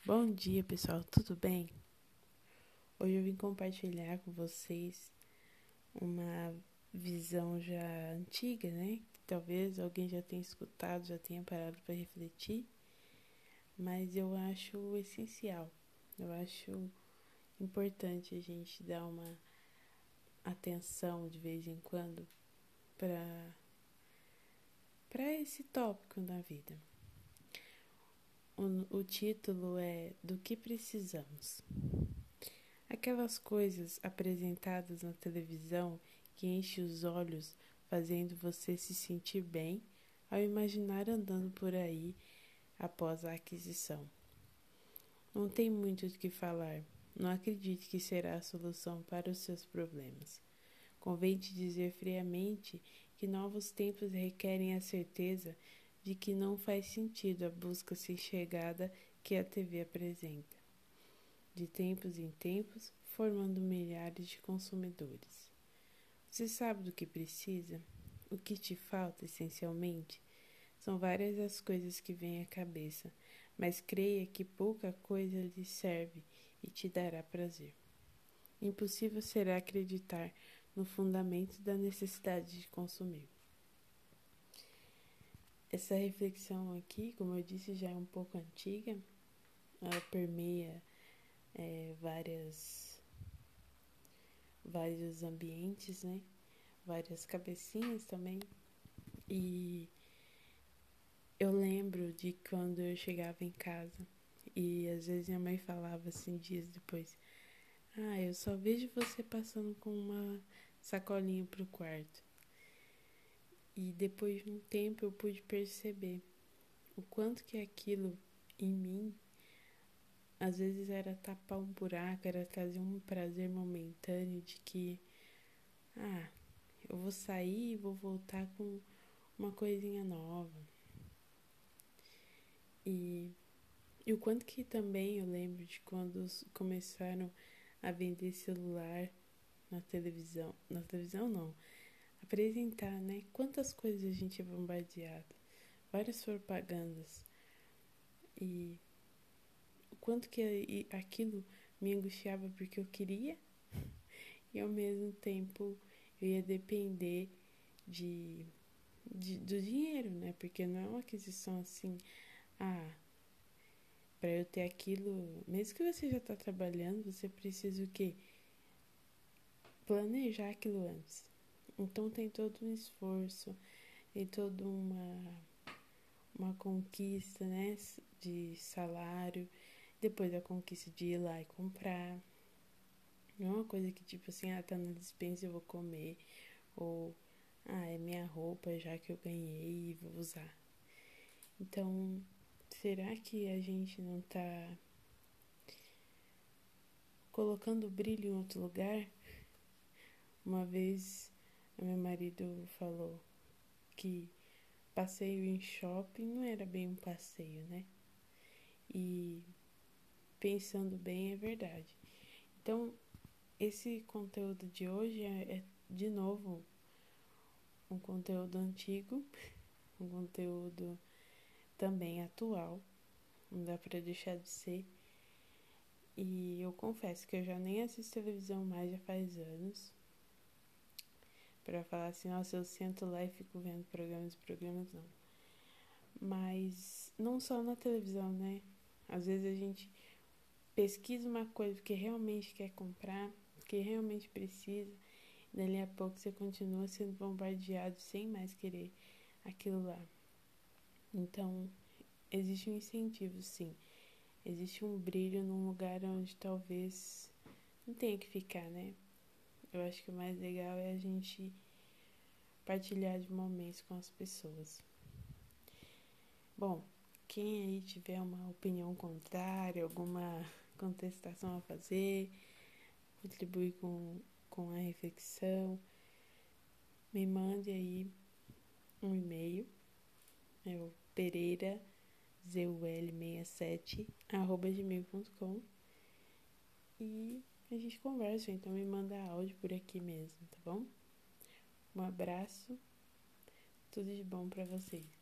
Bom dia, pessoal, tudo bem? Hoje eu vim compartilhar com vocês uma visão já antiga, né? Talvez alguém já tenha escutado, já tenha parado para refletir, mas eu acho essencial, eu acho importante a gente dar uma atenção de vez em quando para esse tópico na vida. O título é Do que Precisamos. Aquelas coisas apresentadas na televisão que enchem os olhos, fazendo você se sentir bem ao imaginar andando por aí após a aquisição. Não tem muito o que falar. Não acredite que será a solução para os seus problemas. Convém te dizer friamente que novos tempos requerem a certeza de que não faz sentido a busca sem chegada que a TV apresenta, de tempos em tempos, formando milhares de consumidores. Você sabe do que precisa? O que te falta, essencialmente? São várias as coisas que vêm à cabeça, mas creia que pouca coisa lhe serve e te dará prazer. Impossível será acreditar no fundamento da necessidade de consumir. Essa reflexão aqui, como eu disse, já é um pouco antiga. Ela permeia vários ambientes, né? Várias cabecinhas também. E eu lembro de quando eu chegava em casa e às vezes minha mãe falava assim dias depois: "Ah, eu só vejo você passando com uma sacolinha pro quarto". E depois de um tempo eu pude perceber o quanto que aquilo em mim às vezes era tapar um buraco, era trazer um prazer momentâneo de que eu vou sair e vou voltar com uma coisinha nova. E, e o quanto que também eu lembro de quando começaram a vender celular na televisão não, apresentar, né? Quantas coisas a gente é bombardeado, várias propagandas. E o quanto que aquilo me angustiava porque eu queria e ao mesmo tempo eu ia depender de, do dinheiro, né? Porque não é uma aquisição assim, para eu ter aquilo, mesmo que você já está trabalhando, você precisa o quê? Planejar aquilo antes. Então tem todo um esforço, tem toda uma conquista, né? De salário, depois a conquista de ir lá e comprar. Não é uma coisa que tipo assim, tá na despensa eu vou comer, ou é minha roupa já que eu ganhei e vou usar. Então, será que a gente não tá colocando brilho em outro lugar? Uma vez, meu marido falou que passeio em shopping não era bem um passeio, né? E pensando bem, é verdade. Então, esse conteúdo de hoje é de novo, um conteúdo antigo, um conteúdo também atual, não dá pra deixar de ser. E eu confesso que eu já nem assisto televisão mais, já faz anos. Pra falar assim, nossa, eu sento lá e fico vendo programas não. Mas não só na televisão, né? Às vezes a gente pesquisa uma coisa que realmente quer comprar, que realmente precisa, e dali a pouco você continua sendo bombardeado sem mais querer aquilo lá. Então, existe um incentivo, sim. Existe um brilho num lugar onde talvez não tenha que ficar, né? Eu acho que o mais legal é a gente partilhar de momentos com as pessoas. Bom, quem aí tiver uma opinião contrária, alguma contestação a fazer, contribuir com a reflexão, me mande aí um e-mail, é o pereirazul67@gmail.com, e a gente conversa, então me manda áudio por aqui mesmo, tá bom? Um abraço, tudo de bom pra vocês.